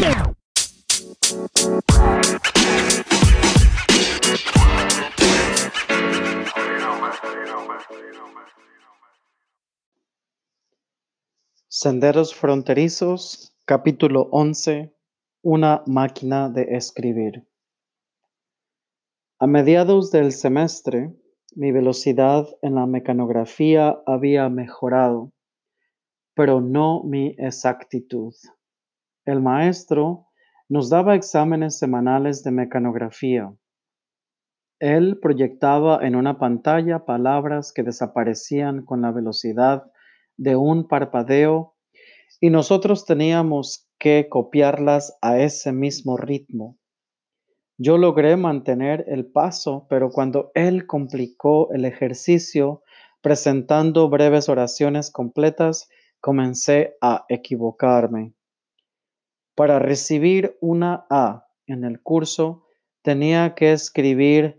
Senderos Fronterizos, capítulo 11. Una máquina de escribir. A mediados del semestre, mi velocidad en la mecanografía había mejorado, pero no mi exactitud. El maestro nos daba exámenes semanales de mecanografía. Él proyectaba en una pantalla palabras que desaparecían con la velocidad de un parpadeo y nosotros teníamos que copiarlas a ese mismo ritmo. Yo logré mantener el paso, pero cuando él complicó el ejercicio presentando breves oraciones completas, comencé a equivocarme. Para recibir una A en el curso, tenía que escribir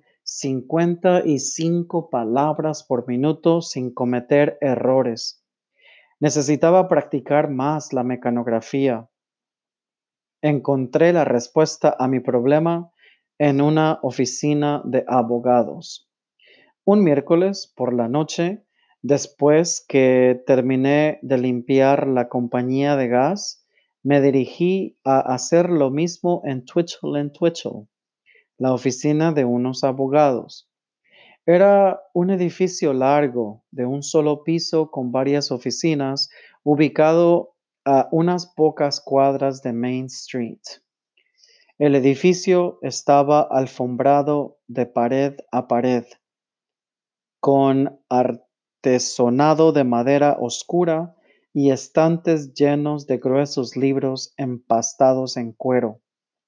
55 palabras por minuto sin cometer errores. Necesitaba practicar más la mecanografía. Encontré la respuesta a mi problema en una oficina de abogados. Un miércoles por la noche, después que terminé de limpiar la compañía de gas, me dirigí a hacer lo mismo en Twitchell & Twitchell, la oficina de unos abogados. Era un edificio largo de un solo piso con varias oficinas, ubicado a unas pocas cuadras de Main Street. El edificio estaba alfombrado de pared a pared, con artesonado de madera oscura y estantes llenos de gruesos libros empastados en cuero.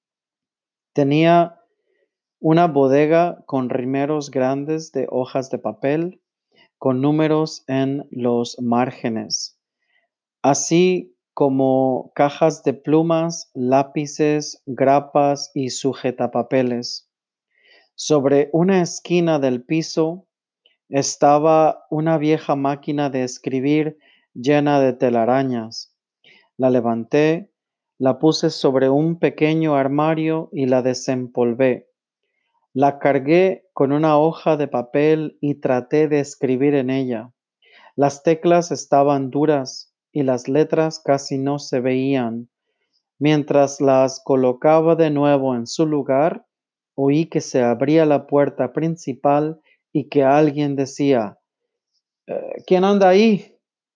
Tenía una bodega con rimeros grandes de hojas de papel, con números en los márgenes, así como cajas de plumas, lápices, grapas y sujetapapeles. Sobre una esquina del piso estaba una vieja máquina de escribir llena de telarañas. La levanté, la puse sobre un pequeño armario y la desempolvé. La cargué con una hoja de papel y traté de escribir en ella. Las teclas estaban duras y las letras casi no se veían. Mientras las colocaba de nuevo en su lugar, oí que se abría la puerta principal y que alguien decía: ¿Quién anda ahí?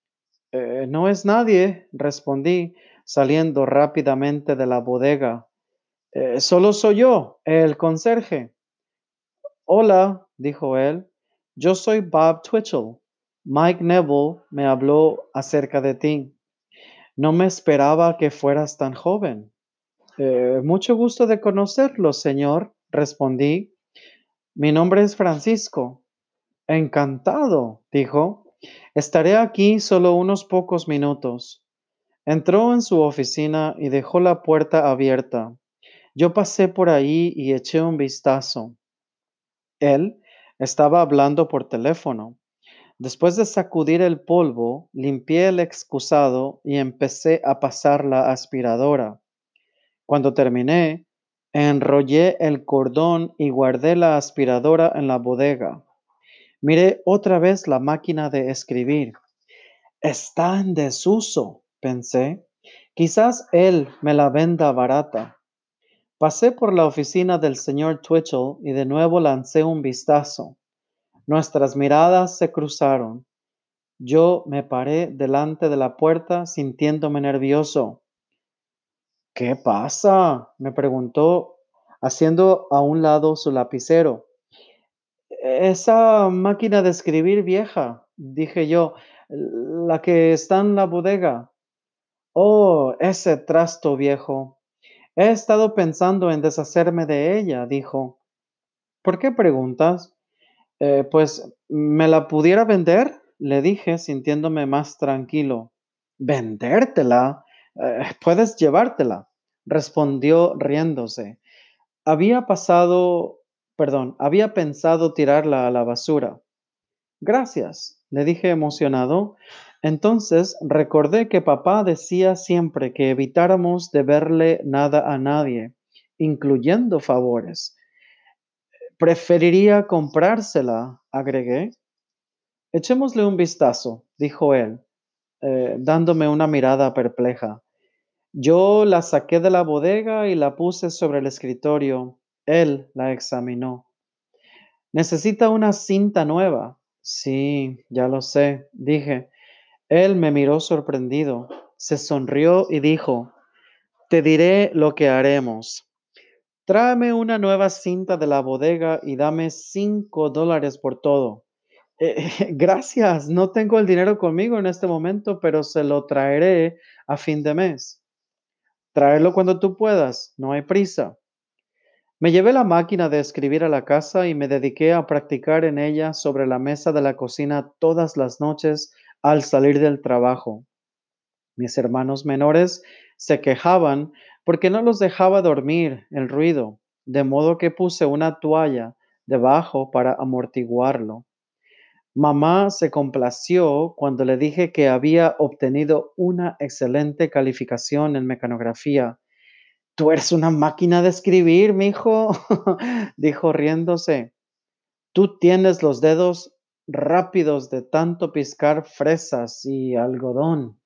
No es nadie, respondí, saliendo rápidamente de la bodega. Solo soy yo, el conserje. Hola, dijo él, yo soy Bob Twitchell. Mike Neville me habló acerca de ti. No me esperaba que fueras tan joven. Mucho gusto de conocerlo, señor, respondí. Mi nombre es Francisco. Encantado, dijo. Estaré aquí solo unos pocos minutos. Entró en su oficina y dejó la puerta abierta. Yo pasé por ahí y eché un vistazo. Él estaba hablando por teléfono. Después de sacudir el polvo, limpié el excusado y empecé a pasar la aspiradora. Cuando terminé, enrollé el cordón y guardé la aspiradora en la bodega. Miré otra vez la máquina de escribir. Está en desuso, pensé. Quizás él me la venda barata. Pasé por la oficina del señor Twitchell y de nuevo lancé un vistazo. Nuestras miradas se cruzaron. Yo me paré delante de la puerta sintiéndome nervioso. ¿Qué pasa?, me preguntó, haciendo a un lado su lapicero. Esa máquina de escribir vieja, dije yo, la que está en la bodega. Oh, ese trasto viejo. He estado pensando en deshacerme de ella, dijo. ¿Por qué preguntas? Pues, ¿me la pudiera vender?, le dije, sintiéndome más tranquilo. ¿Vendértela? Puedes llevártela, respondió riéndose. Había pensado tirarla a la basura. Gracias, le dije emocionado. Entonces recordé que papá decía siempre que evitáramos deberle nada a nadie, incluyendo favores. Preferiría comprársela, agregué. Echémosle un vistazo, dijo él, dándome una mirada perpleja. Yo la saqué de la bodega y la puse sobre el escritorio. Él la examinó. Necesita una cinta nueva. Sí, ya lo sé, dije. Él me miró sorprendido. Se sonrió y dijo, te diré lo que haremos. Tráeme una nueva cinta de la bodega y dame $5 por todo. Gracias, no tengo el dinero conmigo en este momento, pero se lo traeré a fin de mes. Tráelo cuando tú puedas, no hay prisa. Me llevé la máquina de escribir a la casa y me dediqué a practicar en ella sobre la mesa de la cocina todas las noches al salir del trabajo. Mis hermanos menores se quejaban porque no los dejaba dormir el ruido, de modo que puse una toalla debajo para amortiguarlo. Mamá se complació cuando le dije que había obtenido una excelente calificación en mecanografía. Tú eres una máquina de escribir, mijo, dijo riéndose. Tú tienes los dedos rápidos de tanto piscar fresas y algodón.